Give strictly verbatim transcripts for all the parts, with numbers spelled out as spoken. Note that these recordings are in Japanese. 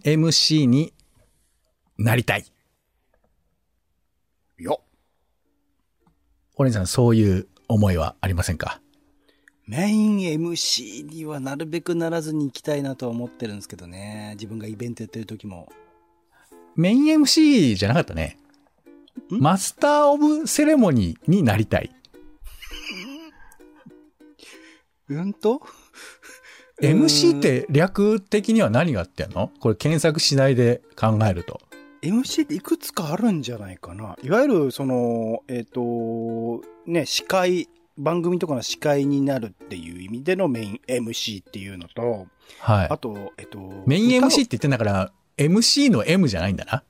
エムシー になりたい。 よっ。 お姉さん、そういう思いはありませんか？ メイン エムシー にはなるべくならずに行きたいなとは思ってるんですけどね。自分がイベントやってる時も。 メイン エムシー じゃなかったね。マスターオブセレモニーになりたい。 うんとエムシー って略的には何があってんの？これ検索しないで考えると。 エムシー っていくつかあるんじゃないかな。いわゆる、その、えっと、ね、司会、番組とかの司会になるっていう意味でのメイン エムシー っていうのと、 はい。 あと、えっと、 メイン エムシー って言ってんだから、エムシー の M じゃないんだな。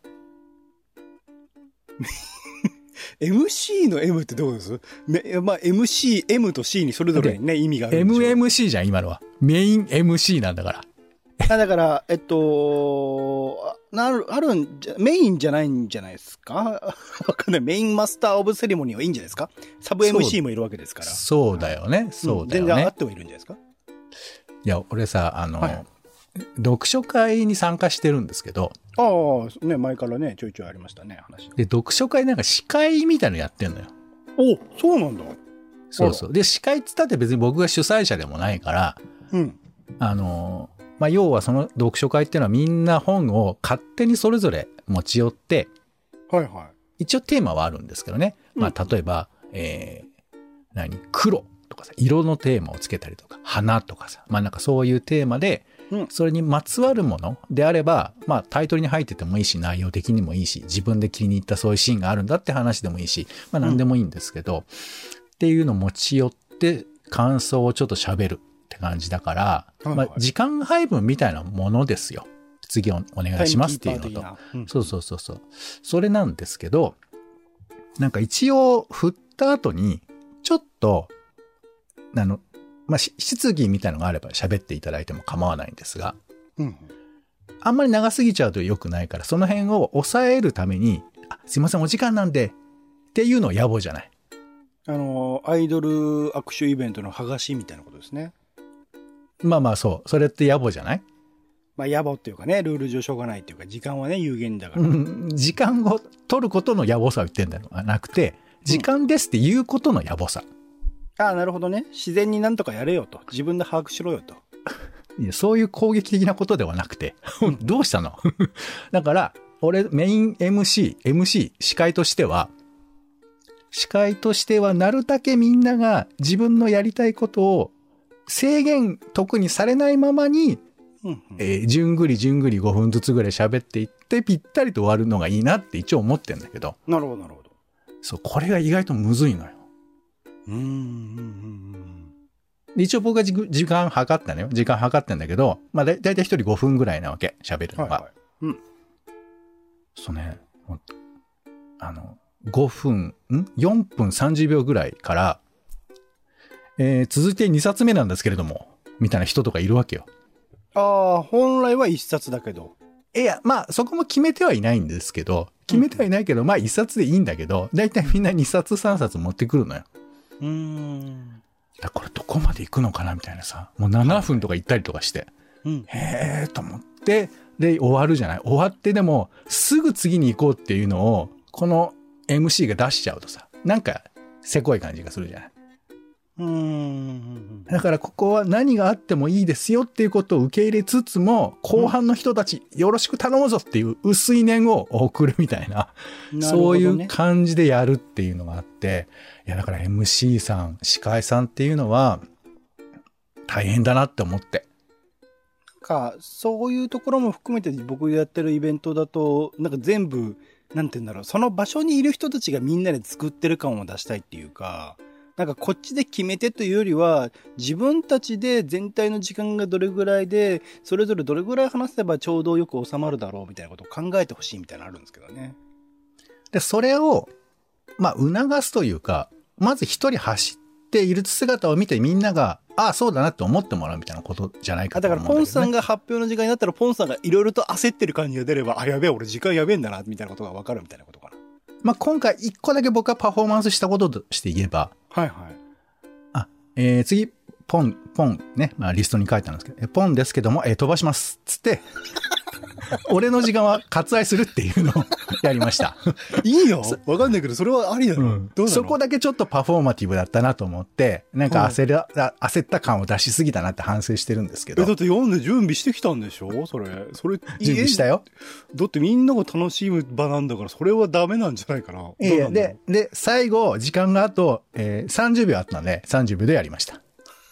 エムシー の M ってどうです？めまあ、エムシー、M と C にそれぞれね、意味があるんでしょ。 エムエムシー じゃん、今のは。メイン エムシー なんだから。 あだから、えっと、なる、あるんじゃ、メインじゃないんじゃないですか？わかんない。メインマスターオブセレモニーはいいんじゃないですか？サブ エムシー もいるわけですから。 そうだよね。そうだよね。 全然あってはいるんじゃないですか？ いや、俺さ、あの、 はい、 読書会に参加してるんですけど。 ああ、ね、前からね、ちょいちょいありましたね、話。 で、読書会なんか司会みたいなのやってんのよ。 お、そうなんだ。 そうそう。で、司会っつったって別に僕が主催者でもないから、 うん。 あの、まあ、要はその読書会っていうのはみんな本を勝手にそれぞれ持ち寄って、 はいはい。 一応テーマはあるんですけどね。まあ、例えば、うん、えー、何黒とかさ、色のテーマをつけたりとか、花とかさ、まあなんかそういうテーマで、それにまつわるものであれば、まあタイトルに入っててもいいし、内容的にもいいし、自分で気に入ったそういうシーンがあるんだって話でもいいし、まあ何でもいいんですけど、うん、っていうのを持ち寄って感想をちょっと喋るって感じだから、はいはい、まあ時間配分みたいなものですよ。次お願いしますっていうのと、うん、そうそうそうそう。それなんですけど、なんか一応振った後に、ちょっと、あの、まあ、質疑みたいなのがあれば喋っていただいても構わないんですが、うん、あんまり長すぎちゃうと良くないから、その辺を抑えるために、あ、すいません、お時間なんで、っていうのを野暮じゃない。 あの、アイドル握手イベントの剥がしみたいなことですね。 まあまあそう。それって野暮じゃない？ まあ野暮っていうかね、ルール上しょうがないっていうか、時間はね、有限だから。うん、時間を取ることの野暮さを言ってんだろうなくて、時間ですっていうことの野暮さ。 うん、ああ、なるほどね。自然になんとかやれよと。自分で把握しろよと。 いや、そういう攻撃的なことではなくて、どうしたの？だから、俺、メイン エムシー、エムシー、司会としては、司会としてはなるだけみんなが自分のやりたいことを制限特にされないままに、うんうん、えー、じゅんぐりじゅんぐりごふんずつぐらい喋っていってぴったりと終わるのがいいなって一応思ってんだけど。 なるほどなるほど。 そう、これが意外とむずいのよ。 うーんうんうんうんで一応僕が時間計ったのよ。時間計ってんだけど、まあだいたい一人ごふんぐらいなわけ、喋るのが。はいはい、うん。そうね、あの、ごふん、ん ?よん 分さんじゅうびょうぐらいから、えー、続いてにさつめなんですけれども、みたいな人とかいるわけよ。 ああ、本来はいっさつだけど。 いや、まあそこも決めてはいないんですけど、決めてはいないけど、うん、まあいっさつでいいんだけど、だいたいみんなにさつさんさつ持ってくるのよ。 うーん。 だこれどこまで行くのかなみたいなさ、もうななふんとか行ったりとかして、うん、へーと思って、で終わるじゃない。終わってでもすぐ次に行こうっていうのをこの エムシー が出しちゃうとさ、なんかせこい感じがするじゃない。 うーん。 だからここは何があってもいいですよっていうことを受け入れつつも、後半の人たちよろしく頼むぞっていう薄い念を送るみたいな、なそういう感じでやるっていうのがあって、いやだから エムシー さん、司会さんっていうのは大変だなって思って。 か、そういうところも含めて僕やってるイベントだと、なんか全部、なんて言うんだろう、その場所にいる人たちがみんなで作ってる感を出したいっていうか、なんかこっちで決めてというよりは、自分たちで全体の時間がどれぐらいで、それぞれどれぐらい話せばちょうどよく収まるだろうみたいなことを考えてほしいみたいなのあるんですけどね。 で、それを、まあ、促すというか、まず一人走っている姿を見てみんなが、ああ、そうだなって思ってもらうみたいなことじゃないかと思うんだけどね。 だからポンさんが発表の時間になったら、ポンさんがいろいろと焦ってる感じが出れば、あ、やべえ、俺時間やべえんだな、みたいなことがわかるみたいなことかな。 まあ、今回一個だけ僕はパフォーマンスしたこととして言えば、 はいはい。 あ、えー、次、ポン、ポンね、まあリストに書いてあるんですけど、ポンですけども、えー、飛ばします。つって、 俺の時間は割愛するっていうのをやりました。 いいよ。わかんないけど、それはありだろ。うん、 どうなの？そこだけちょっとパフォーマティブだったなと思って、なんか焦ら、うん、焦った感を出しすぎたなって反省してるんですけど。 え、だって読んで準備してきたんでしょそれ。それ、 準備したよ。 だってみんなが楽しむ場なんだから、それはダメなんじゃないかな。 いやで、で、最後、時間があと、えー、さんじゅうびょうあったので、さんじゅうびょうでやりました。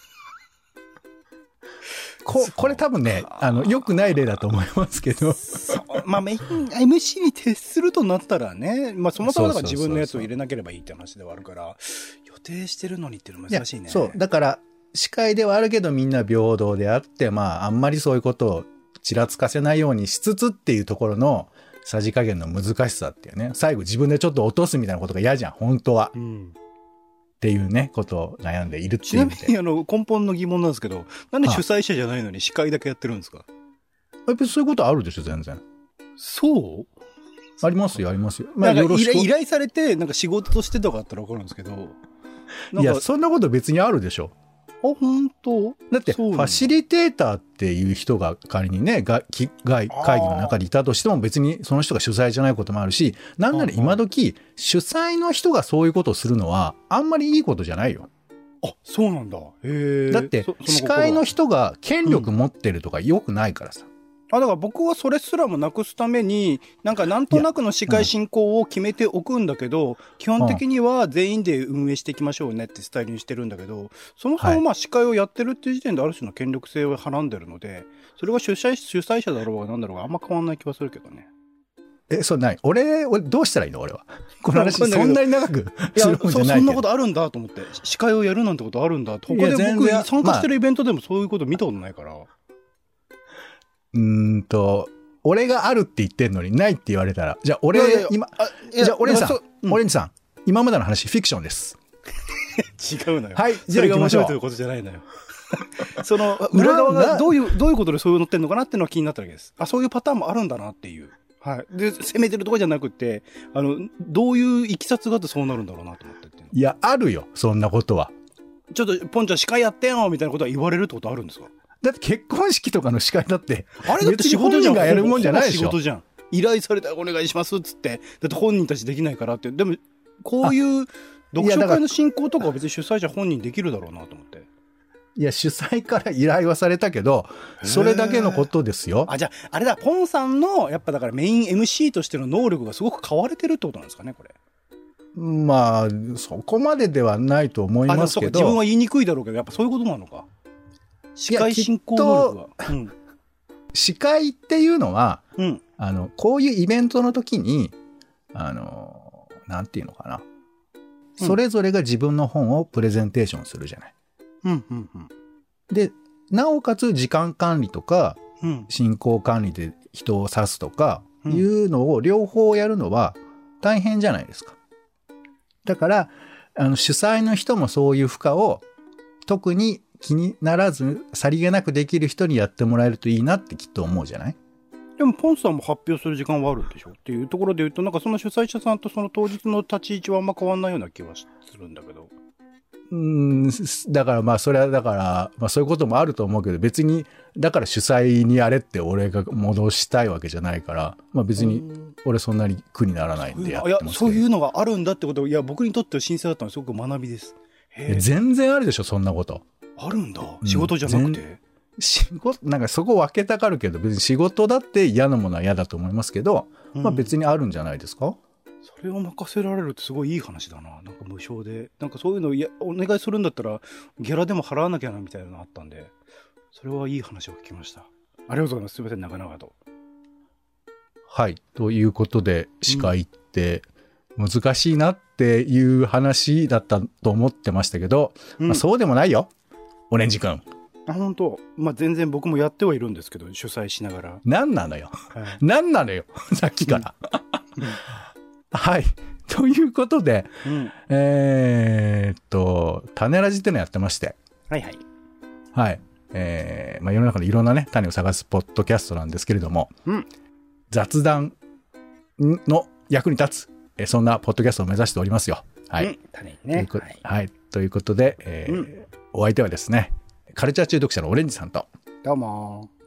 こ, これ多分ね、あの、良くない例だと思いますけど。 まあ、メイン エムシー に徹するとなったらね、まあ、そもそもだから自分のやつを入れなければいいって話ではあるから、予定してるのにっていうの難しいね。 いそう。だから、司会ではあるけどみんな平等であって、まあ、あんまりそういうことをちらつかせないようにしつつっていうところの、さじ加減の難しさっていうね。最後自分でちょっと落とすみたいなことが嫌じゃん、本当は。うんっていうね、ことを悩んでいるっていう。 ちなみに、あの、根本の疑問なんですけど、なんで主催者じゃないのに司会だけやってるんですか？ やっぱりそういうことあるでしょ、全然。 そうありますよ、ありますよ。 まあ、よろしく依頼されて、なんか仕事としてとかあったらわかるんですけど。 いや、そんなこと別にあるでしょ。 あ、本当？ だって、ファシリテーターっていう人が仮にね、が会議の中にいたとしても別にその人が主催じゃないこともあるし、なんなら今時、主催の人がそういうことをするのはあんまりいいことじゃないよ。 あ、そうなんだ。へえ。 だって、司会の人が権力持ってるとか良くないからさ。 あ、だから僕はそれすらもなくすために、なんかなんとなくの司会進行を決めておくんだけど、うん、基本的には全員で運営していきましょうねってスタイルにしてるんだけど、そもそもまあ司会をやってるっていう時点である種の権力性をはらんでるので、それが主催、主催者だろうがなんだろうがあんま変わんない気はするけどね。 え、そうない。俺、俺どうしたらいいの俺は。この話そんなに長くするもんじゃないけど。いや、そんなことあるんだと思って。司会をやるなんてことあるんだ。ここで僕参加してるイベントでもそういうこと見たことないから。まあ、 うーんと、俺があるって言ってんのにないって言われたら、じゃあ俺は今、じゃあオレンさん、うん、オレンジさん、今までの話フィクションです。 違うのよ。 はい、 じゃあ行きましょう。それが面白いということじゃないのよ。その、裏側がどういう、どういうことでそういうのってんのかなっていうのは気になったわけです。あ、そういうパターンもあるんだなっていう。はい。で、攻めてるとこじゃなくて、あの、どういういきさつがあってそうなるんだろうなと思ってって。 いや、あるよ、そんなことは。 ちょっと、ポンちゃん司会やってよみたいなことは言われるってことあるんですか？ だって結婚式とかの司会だって、あれだって仕事じゃん。がやるもんじゃないでしょ。 仕事じゃん。依頼されたらお願いしますっつって、だって本人たちできないからって。でも、こういう読書会の進行とかは別に主催者本人できるだろうなと思って。 いや、主催から依頼はされたけど、それだけのことですよ。 あ、じゃあ、あれだ、ポンさんの、やっぱだからメイン エムシー としての能力がすごく買われてるってことなんですかね、これ。 まあ、そこまでではないと思いますけど。 自分は言いにくいだろうけど、やっぱそういうことなのか。司会進行能力が。うん、 司会っていうのは、うん、あの、こういうイベントの時に、あの、なんていうのかな。うん、それぞれが自分の本をプレゼンテーションするじゃない。 うんうんうん、 で、なおかつ時間管理とか、うん、進行管理で人を指すとか、いうのを両方やるのは大変じゃないですか。だから、あの、主催の人もそういう負荷を特に気にならず、さりげなくできる人にやってもらえるといいなってきっと思うじゃない？ でも、ポンさんも発表する時間はあるんでしょっていうところで言うと、なんかその主催者さんとその当日の立ち位置はあんま変わんないような気はするんだけど。 うーん、だからまあ、それはだから、まあそういうこともあると思うけど、別に、だから主催にやれって俺が戻したいわけじゃないから、まあ別に、俺そんなに苦にならないんでやってますけど。 いや、そういうのがあるんだってことを、いや、僕にとっては新鮮だったのですごく学びです。 全然あるでしょ、そんなこと。 あるんだ。仕事じゃなくて。うん、 仕事、なんかそこ分けたがるけど、別に仕事だって嫌なものは嫌だと思いますけど、うん、まあ別にあるんじゃないですか？ それを任せられるってすごいいい話だな。なんか無償で。なんかそういうのいやお願いするんだったら、ギャラでも払わなきゃなみたいなのがあったんで、それはいい話を聞きました。ありがとうございます。すみません、長々と。 はい。ということで、司会って難しいなっていう話だったと思ってましたけど、うん、まあ、そうでもないよ。オレンジ君。 あ、本当。まあ、全然僕もやってはいるんですけど、主催しながら。 何なのよ。はい、何なのよ。さっきから。うんうん、はい。ということで、うん、えーっと、種ラジってのやってまして。 はいはい。 はい。えー、まあ世の中でいろんなね、種を探すポッドキャストなんですけれども、うん、雑談の役に立つ、えー、そんなポッドキャストを目指しておりますよ。はい。うん、 種ね。 はい、はい。ということで、えーうん、お相手はですね、カルチャー中毒者のオレンジさんと、 どうも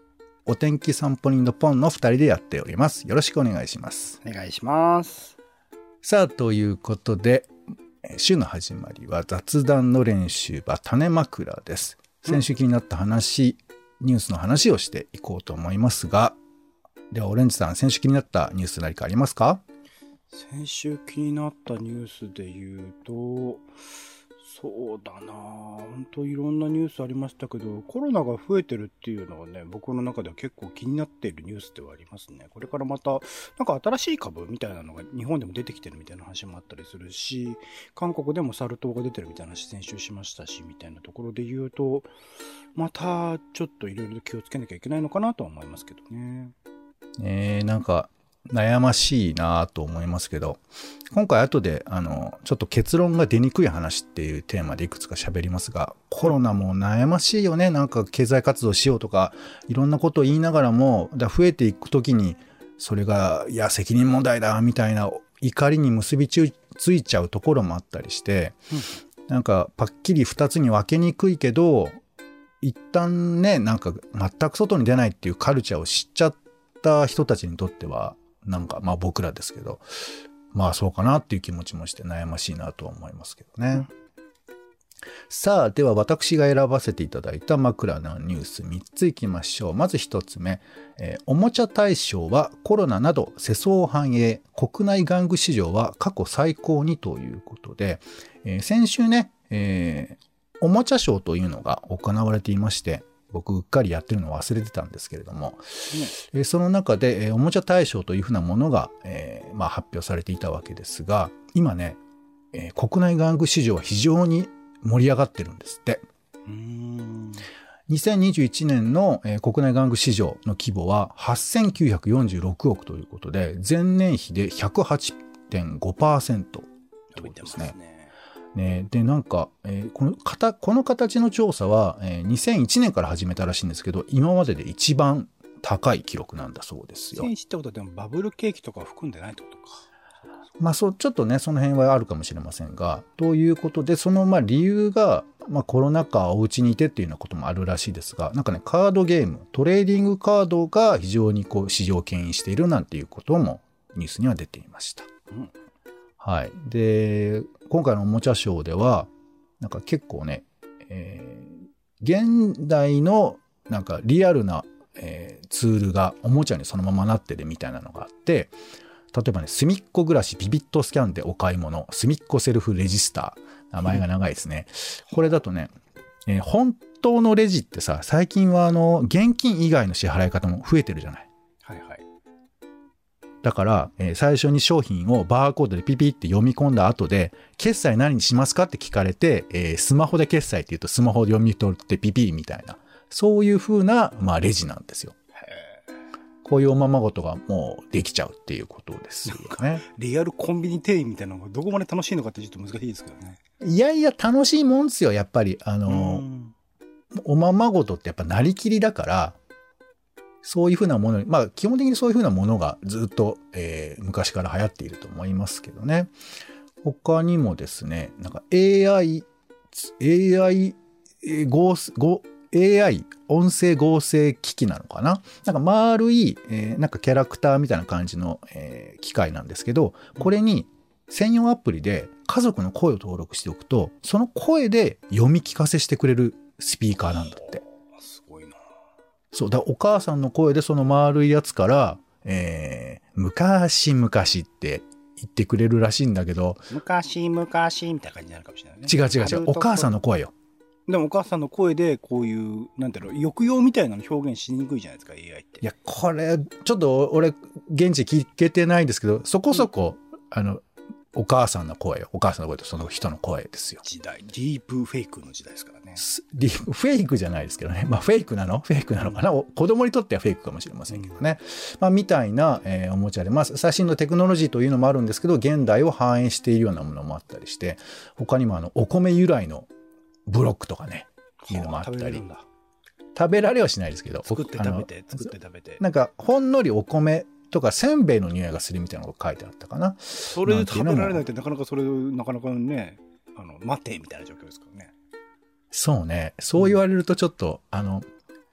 お天気散歩人のポンのふたりでやっております。よろしくお願いします。 お願いします。 さあ、ということで、週の始まりは雑談の練習場種枕です。先週気になった話、うん、ニュースの話をしていこうと思いますが、ではオレンジさん、先週気になったニュース何かありますか？ 先週気になったニュースで言うと、そうだなぁ。本当いろんなニュースありましたけど、コロナが増えてるっていうのはね、僕の中では結構気になっているニュースではありますね。これからまた、なんか新しい株みたいなのが日本でも出てきてるみたいな話もあったりするし、韓国でもサル痘が出てるみたいな話先週しましたし、みたいなところで言うと、またちょっといろいろ気をつけなきゃいけないのかなとは思いますけどね。 えー、なんか、悩ましいなと思いますけど、今回後であのちょっと結論が出にくい話っていうテーマでいくつか喋りますが、コロナも悩ましいよね。なんか経済活動しようとかいろんなことを言いながらも、だ増えていくときにそれがいや責任問題だみたいな怒りに結びついちゃうところもあったりして、うん、なんかパッキリふたつに分けにくいけど、一旦ね、なんか全く外に出ないっていうカルチャーを知っちゃった人たちにとっては、なんかまあ僕らですけど、まあそうかなっていう気持ちもして悩ましいなとは思いますけどね。うん、さあ、では私が選ばせていただいた枕のニュースみっついきましょう。まずひとつめ、えー、おもちゃ大賞はコロナなど世相を反映、国内玩具市場は過去最高にということで、えー、先週ね、えー、おもちゃショーというのが行われていまして、僕うっかりやってるのを忘れてたんですけれども、うん、その中で、えー、おもちゃ大賞というふうなものが、えーまあ、発表されていたわけですが、今ね、えー、国内玩具市場は非常に盛り上がってるんですって。うーんにせんにじゅういちねんの、えー、国内玩具市場の規模ははっせんきゅうひゃくよんじゅうろくおくということで、前年比で ひゃくはちてんごパーセント ということですね。ね、でなんか、えー、このかこの形の調査は、えー、にせんいちねんから始めたらしいんですけど、今までで一番高い記録なんだそうですよ。 にせんいちってことはでもバブル景気とか含んでないってことか。 まあそうちょっとねその辺はあるかもしれませんが、ということでそのまあ理由が、まあ、コロナ禍お家にいてっていうようなこともあるらしいですが、なんかねカードゲームトレーディングカードが非常にこう市場を牽引しているなんていうこともニュースには出ていました。うん、はい。で、今回のおもちゃショーでは、なんか結構ね、えー、現代のなんかリアルな、えー、ツールがおもちゃにそのままなってるみたいなのがあって、例えばね、すみっこ暮らしビビットスキャンでお買い物、すみっこセルフレジスター、名前が長いですね。これだとね、えー、本当のレジってさ、最近はあの、現金以外の支払い方も増えてるじゃない。 はいはい。 だから、えー、最初に商品をバーコードでピピって読み込んだ後で、決済何にしますかって聞かれて、えー、スマホで決済って言うとスマホで読み取ってピピみたいな、そういう風な、まあ、レジなんですよ。こういうおままごとがもうできちゃうっていうことですよね。 リアルコンビニ店員みたいなのがどこまで楽しいのかってちょっと難しいですけどね。 いやいや、楽しいもんですよ、やっぱり。あの、おままごとってやっぱなりきりだから、そういうふうなものに、まあ基本的にそういうふうなものがずっと、えー、昔から流行っていると思いますけどね。他にもですね、なんか エーアイ、エーアイ、合、合、エーアイ 音声合成機器なのかな、なんか丸い、えー、なんかキャラクターみたいな感じの、えー、機械なんですけど、これに専用アプリで家族の声を登録しておくと、その声で読み聞かせしてくれるスピーカーなんだって。 すごいな。そうだ、お母さんの声でその丸いやつから、えー、昔々って言ってくれるらしいんだけど、 昔々みたいな感じになるかもしれないね。 違う違う違う、お母さんの声よ。 でもお母さんの声でこういう、なんていうの、抑揚みたいなの表現しにくいじゃないですか、エーアイ って。 いや、これ、ちょっと俺、現地聞けてないんですけど、そこそこ、うん、あの、お母さんの声よ。お母さんの声とその人の声ですよ。 時代。ディープフェイクの時代ですからね。 ディープフェイクじゃないですけどね。まあ、フェイクなのフェイクなのかな、うん、子供にとってはフェイクかもしれませんけどね。うん、まあ、みたいな、えー、おもちゃで、まあ、最新のテクノロジーというのもあるんですけど、現代を反映しているようなものもあったりして、他にもあの、お米由来のブロックとかね、いうのもあったり。食べれるんだ。食べられはしないですけど。 作って食べて、作って食べて。 なんか、ほんのりお米とかせんべいの匂いがするみたいなのが書いてあったかな。 それで食べられないってなかなかそれ、なかなかね、あの、待てみたいな状況ですからね。 そうね。そう言われるとちょっと、うん、あの、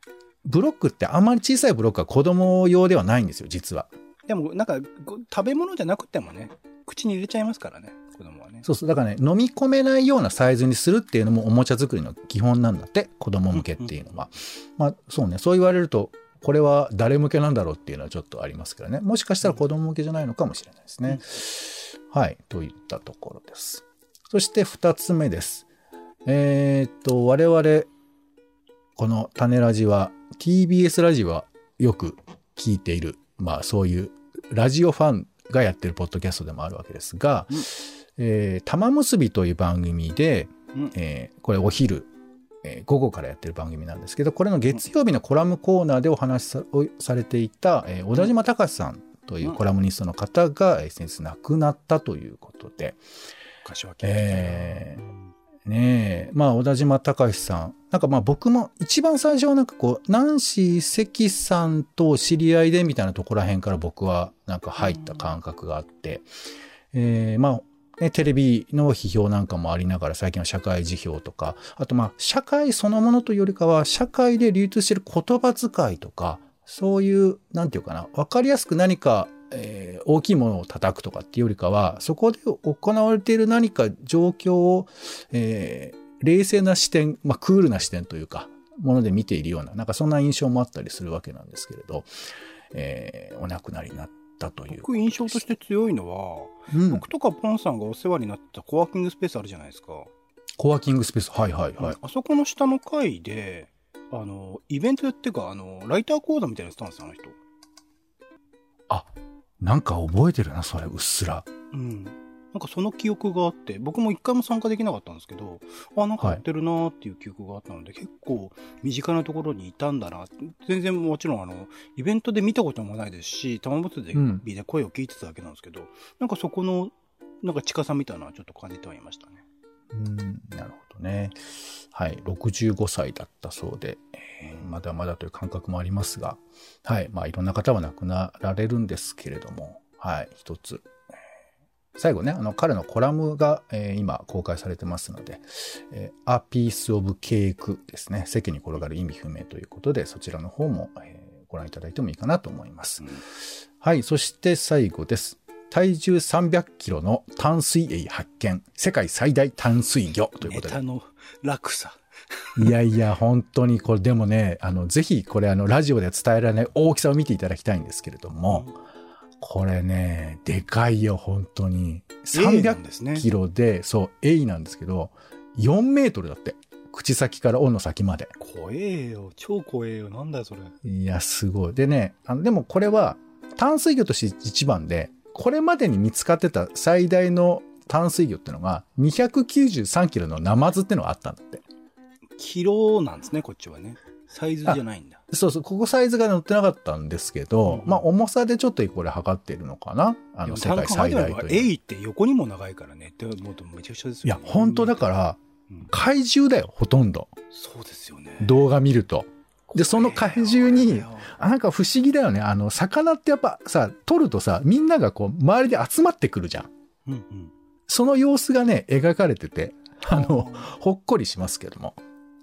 ブロックってあんまり小さいブロックは子供用ではないんですよ、実は。 でも、なんか、食べ物じゃなくてもね、口に入れちゃいますからね、子供はね。 そうそう。だからね、飲み込めないようなサイズにするっていうのもおもちゃ作りの基本なんだって、子供向けっていうのは。うんうん、まあ、そうね、そう言われると、これは誰向けなんだろうっていうのはちょっとありますけどね。もしかしたら子供向けじゃないのかもしれないですね。うん、はい。といったところです。そして二つ目です。えー、っと、我々、この種ラジは、ティービーエス ラジオはよく聞いている、まあそういうラジオファンがやってるポッドキャストでもあるわけですが、うん、えー、玉結びという番組で、うんえー、これお昼、えー、午後からやってる番組なんですけど、これの月曜日のコラムコーナーでお話し さ, されていた、えー、小田島隆さんというコラムニストの方が、うん、先日亡くなったということで、 柏木えーねえ、まあ小田島隆さん、なんかまあ僕も一番最初はなんかこうナンシー関さんと知り合いでみたいなところらへんから僕はなんか入った感覚があって、えー、まあ、ね、テレビの批評なんかもありながら最近は社会辞表とか、あとまあ社会そのものというよりかは社会で流通している言葉遣いとか、そういうなんていうかな、わかりやすく何かえー、大きいものを叩くとかっていうよりかは、そこで行われている何か状況を、えー、冷静な視点、まあクールな視点というか、もので見ているような、なんかそんな印象もあったりするわけなんですけれど、えー、お亡くなりになったという。 僕印象として強いのは、うん、僕とかポンさんがお世話になったコワーキングスペースあるじゃないですか。 コワーキングスペース、はいはいはい。 あそこの下の階で、あの、イベントっていうか、あの、ライター講座みたいなのしたんですよ、あの人。 あ、なんか覚えてるな、それ、うっすら。 うん。なんかその記憶があって、僕も一回も参加できなかったんですけど、あ、なんかやってるなーっていう記憶があったので、はい、結構身近なところにいたんだな。全然もちろんあの、イベントで見たこともないですし、玉結びで声を聞いてただけなんですけど、うん、なんかそこの、なんか近さみたいなのはちょっと感じてはいましたね。 うん、なるほどね。はい、ろくじゅうごさいだったそうで、えー、まだまだという感覚もありますが、はい、まあいろんな方は亡くなられるんですけれども、はい、一つ、最後ね、あの彼のコラムが、えー、今公開されてますので、えー、A Piece of Cake ですね、席に転がる意味不明ということで、そちらの方も、えー、ご覧いただいてもいいかなと思います。うん、はい、そして最後です。体重さんびゃくキロの淡水エイ発見。世界最大淡水魚ということで。 ネタの落差。 いやいや、本当にこれでもね、あの、ぜひこれあの、ラジオで伝えられない大きさを見ていただきたいんですけれども、うん、これね、でかいよ、本当に。さんびゃくキロで、ね、そう、エイなんですけど、よんメートルだって。口先から尾の先まで。 怖えよ。超怖えよ。なんだよ、それ。 いや、すごい。でね、あの、でもこれは、淡水魚として一番で、これまでに見つかってた最大の淡水魚っていうのがにひゃくきゅうじゅうさんキロのナマズってのがあったんだって。 キロなんですね、こっちはね。サイズじゃないんだ。 そうそう、ここサイズが載ってなかったんですけど、うん、まあ重さでちょっとこれ測っているのかな。あの世界最大という。 エイって横にも長いからねって思うとめちゃくちゃですよね。 いや、本当だから、うん、怪獣だよ、ほとんど。 そうですよね。 動画見ると。で、その怪獣に、あ、なんか不思議だよね。あの、魚ってやっぱさ、取るとさ、みんながこう、周りで集まってくるじゃん。うんうん、その様子がね、描かれてて、あの、ほっこりしますけども。 うん、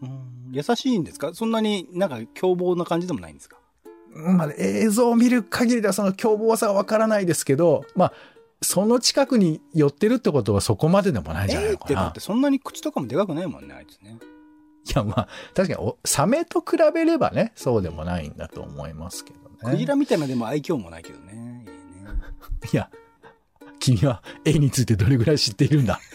優しいんですか？そんなになんか凶暴な感じでもないんですか？ まあ、映像を見る限りではその凶暴さはわからないですけど、まあ、その近くに寄ってるってことはそこまででもないんじゃないのかな。 えー、ってだってそんなに口とかもでかくないもんね、あいつね。 いや、まあ、確かにお、サメと比べればね、そうでもないんだと思いますけどね。 クジラみたいなでも愛嬌もないけどね。いいね。 いや、君はエイについてどれぐらい知っているんだ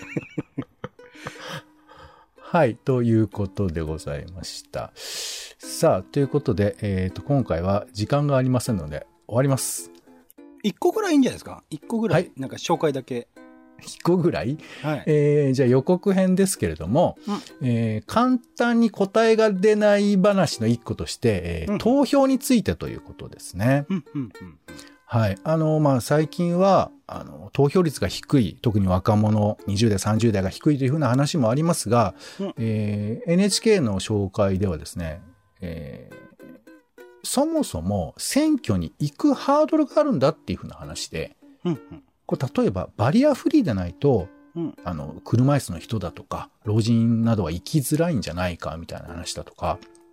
はい、ということでございました。さあ、ということで、えっと、今回は時間がありませんので、終わります。 一個ぐらいいいんじゃないですか？一個ぐらい。はい、なんか紹介だけ。 一個ぐらい、 はい、 えー、じゃあ予告編ですけれども、うん、えー、簡単に答えが出ない話の一個として、えーうん、投票についてということですね。 うんうんうん、 はい。あの、まあ、最近は、あの、投票率が低い、特に若者、にじゅう代、さんじゅう代が低いというふうな話もありますが、うん、えー、エヌエイチケー の紹介ではですね、えー、そもそも選挙に行くハードルがあるんだっていうふうな話で、 うんうんこれ例えばバリアフリーでないと、うん、あの車椅子の人だとか老人などは行きづらいんじゃないかみたいな話だとか、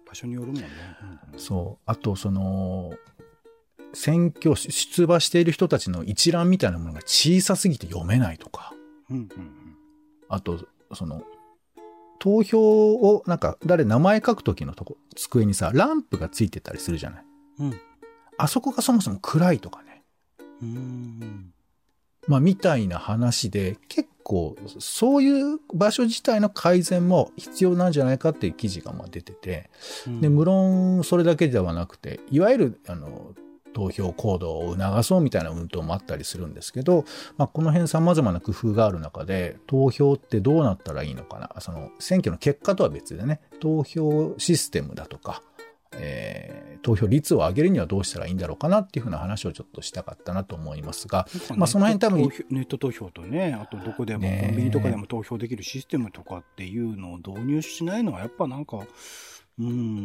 場所によるもんね。 うん、そう。あと、その、選挙、出馬している人たちの一覧みたいなものが小さすぎて読めないとか。 うんうんうん、 あと、その、投票を、なんか、誰名前書くときのとこ、机にさ、ランプがついてたりするじゃない。 うん。 あそこがそもそも暗いとかね。 うーん。 まあ、みたいな話で、結構、そういう場所自体の改善も必要なんじゃないかっていう記事がまあ出てて、うん、で、無論それだけではなくて、いわゆる、あの、投票行動を促そうみたいな運動もあったりするんですけど、まあ、この辺様々な工夫がある中で、投票ってどうなったらいいのかな。その、選挙の結果とは別でね、投票システムだとか、えー、投票率を上げるにはどうしたらいいんだろうかなっていうふうな話をちょっとしたかったなと思いますが、まあその辺多分ネット投票とね、あとどこでも、コンビニとかでも投票できるシステムとかっていうのを導入しないのはやっぱなんか、うん、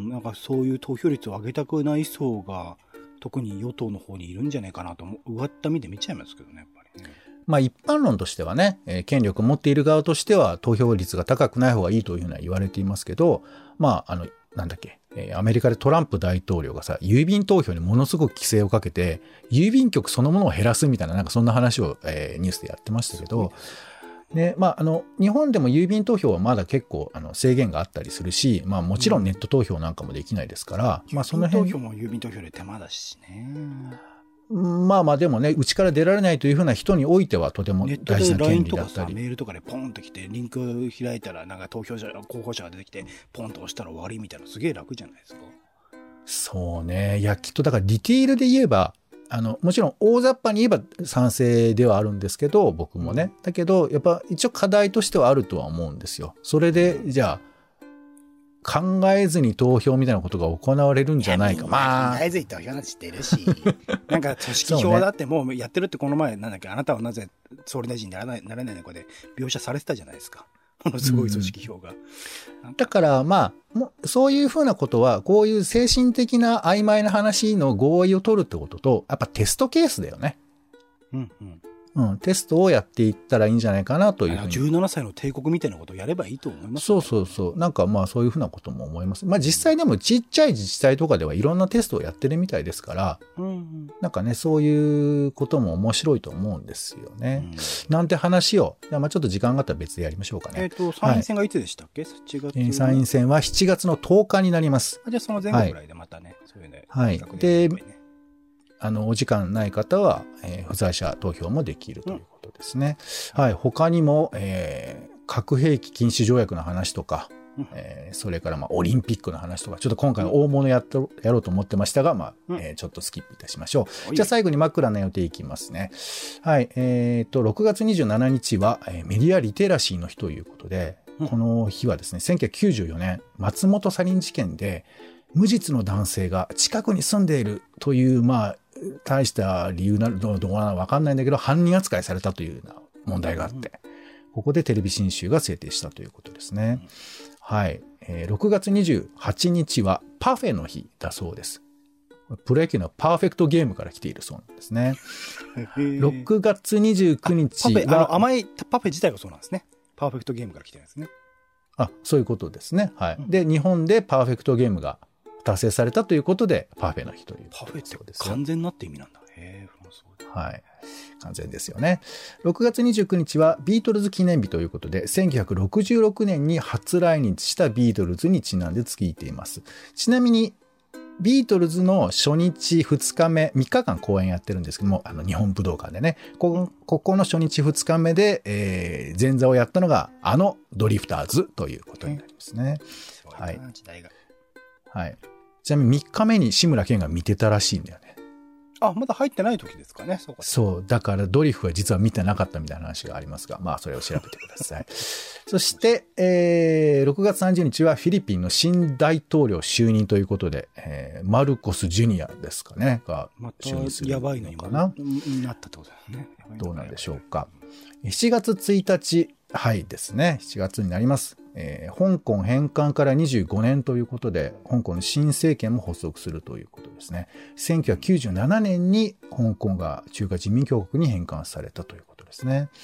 なんかそういう投票率を上げたくない層が特に与党の方にいるんじゃないかなと、うがった目で見ちゃいますけどね、やっぱりね。まあ一般論としてはね、えー、権力を持っている側としては投票率が高くない方がいいというふうには言われていますけど、まああの、なんだっけ、アメリカでトランプ大統領がさ、郵便投票にものすごく規制をかけて、郵便局そのものを減らすみたいな、なんかそんな話を、えー、ニュースでやってましたけど、で、まあ、あの、日本でも郵便投票はまだ結構、あの、制限があったりするし、まあ、もちろんネット投票なんかもできないですから、 うん、まあ、その辺。郵便投票も郵便投票で手間だしね。 まあまあでもね、うちから出られないというふうな人においてはとても大事な権利だったり。 ネットで ライン とかさ、メールとかでポンと来て、リンク開いたら、なんか投票者、候補者が出てきて、ポンと押したら終わりみたいな、すげえ楽じゃないですか。 そうね。いや、きっとだからディティールで言えば、あの、もちろん大雑把に言えば賛成ではあるんですけど、僕もね。だけど、やっぱ一応課題としてはあるとは思うんですよ。それで、じゃあ、考えずに投票みたいなことが行われるんじゃないか。 まあ。考えずに投票なんてしてるし。なんか組織票だってもうやってるってこの前、なんだっけ、あなたはなぜ総理大臣にならない、なれないのかで描写されてたじゃないですか。ものすごい組織票が。 うん、だからまあ、もそういうふうなことは、こういう精神的な曖昧な話の合意を取るってことと、やっぱテストケースだよね。 うんうん。 うん、テストをやっていったらいいんじゃないかなというふうに。 じゅうななさいの帝国みたいなことをやればいいと思います、ね。 そうそうそう。なんかまあそういうふうなことも思います。まあ実際でもちっちゃい自治体とかではいろんなテストをやってるみたいですから、うんうん、なんかね、そういうことも面白いと思うんですよね。うん、なんて話を、まあちょっと時間があったら別でやりましょうかね。 えっと、参院選がいつでしたっけ、はい、しちがつ。 参院選はしちがつのとおかになります。 あ、じゃあその前後ぐらいでまたね、はい、そういうね。 はい。で、あの、お時間ない方は、えー、不在者投票もできるということですね。うん、はい。他にも、えー、核兵器禁止条約の話とか、うんえー、それからまあオリンピックの話とか、ちょっと今回大物やっと、やろうと思ってましたが、まあ、うんえー、ちょっとスキップいたしましょう。じゃあ最後に枕の予定いきますね。はい。えっと、ろくがつにじゅうしちにちは、えー、メディアリテラシーの日ということで、うん、この日はですね、せんきゅうひゃくきゅうじゅうよねん、松本サリン事件で、無実の男性が近くに住んでいるという、まあ、大した理由なのどうなのかわかんないんだけど、犯人扱いされたというような問題があって、ここでテレビ新州が制定したということですね。うん、はい、えー。ろくがつにじゅうはちにちはパフェの日だそうです。プロ野球のパーフェクトゲームから来ているそうなんですね。ろくがつにじゅうくにちは、 パフェ、あの甘いパフェ自体がそうなんですね。パーフェクトゲームから来てるんですね。 あ、そういうことですね。はい。で、日本でパーフェクトゲームが達成されたということで、パフェの日というパフェって完全なって意味なんだ。へえ、フランス語で。 はい。完全ですよね。ろくがつにじゅうくにちはビートルズ記念日ということで、せんきゅうひゃくろくじゅうろくねんに初来日したビートルズにちなんでついています。ちなみに、ビートルズの初日ふつかめ、みっかかん公演やってるんですけども、あの日本武道館でね、ここ、ここの初日ふつかめで、えー、前座をやったのが、あのドリフターズということになりますね。 すごいな、はい、時代が。 はい。ちなみにみっかめに志村けんが見てたらしいんだよね。 あ、まだ入ってない時ですかね。そうか。 そう。だからドリフは実は見てなかったみたいな話がありますが、まあそれを調べてください。そして、えー、ろくがつさんじゅうにちはフィリピンの新大統領就任ということで、えー、マルコス・ジュニアですかね、が就任するのかな。 やばいのになったってことですね。 どうなんでしょうか。しちがつついたち、はいですね。しちがつになります。えー、香港返還からにじゅうごねんということで、香港の新政権も発足するということですね。せんきゅうひゃくきゅうじゅうななねんに香港が中華人民共和国に返還されたということですね。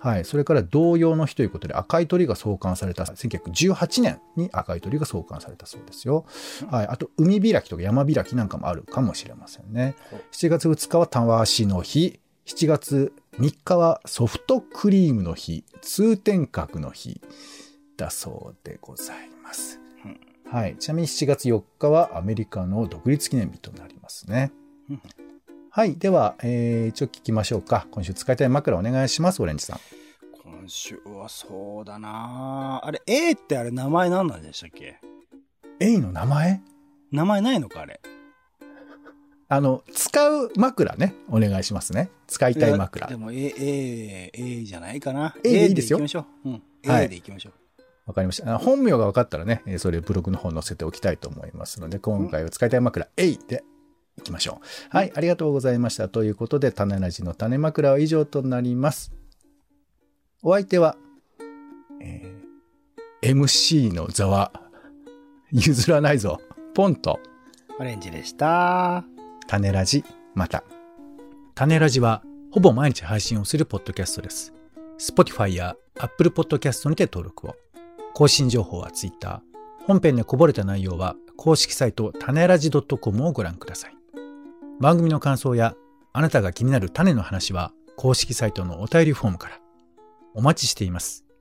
はい。それから同様の日ということで、赤い鳥が創刊されたせんきゅうひゃくじゅうはちねんに赤い鳥が創刊されたそうですよ。はい。あと、海開きとか山開きなんかもあるかもしれませんね。しちがつふつかはたわしの日。しちがつみっかはソフトクリームの日。通天閣の日だそうでございます。はい。ちなみにしちがつよっかはアメリカの独立記念日となりますね。はい。では、えー、一応聞きましょうか。今週使いたい枕お願いします、オレンジさん。 今週はそうだなあれ、A ってあれ名前何なんでしたっけ？ A の名前？ 名前ないのかあれ。 あの、使う枕ね。お願いしますね。使いたい枕。 いでも A、A、A じゃないかな。 A でいいですよ。 A でいきましょう。うん。A でいきましょう。 わかりました。本名が分かったらね、それブログの方載せておきたいと思いますので、今回は使いたい枕 A でいきましょう。はい、ありがとうございました。ということで、種ラジの種枕は以上となります。お相手は、えー、エムシー の座は譲らないぞ。ポンと。 オレンジでした。 種ラジ、また。種ラジは、ほぼ毎日配信をするポッドキャストです。Spotify や Apple Podcast にて登録を。更新情報は Twitter。本編でこぼれた内容は公式サイト種ラジ .com をご覧ください。番組の感想やあなたが気になる種の話は公式サイトのお便りフォームからお待ちしています。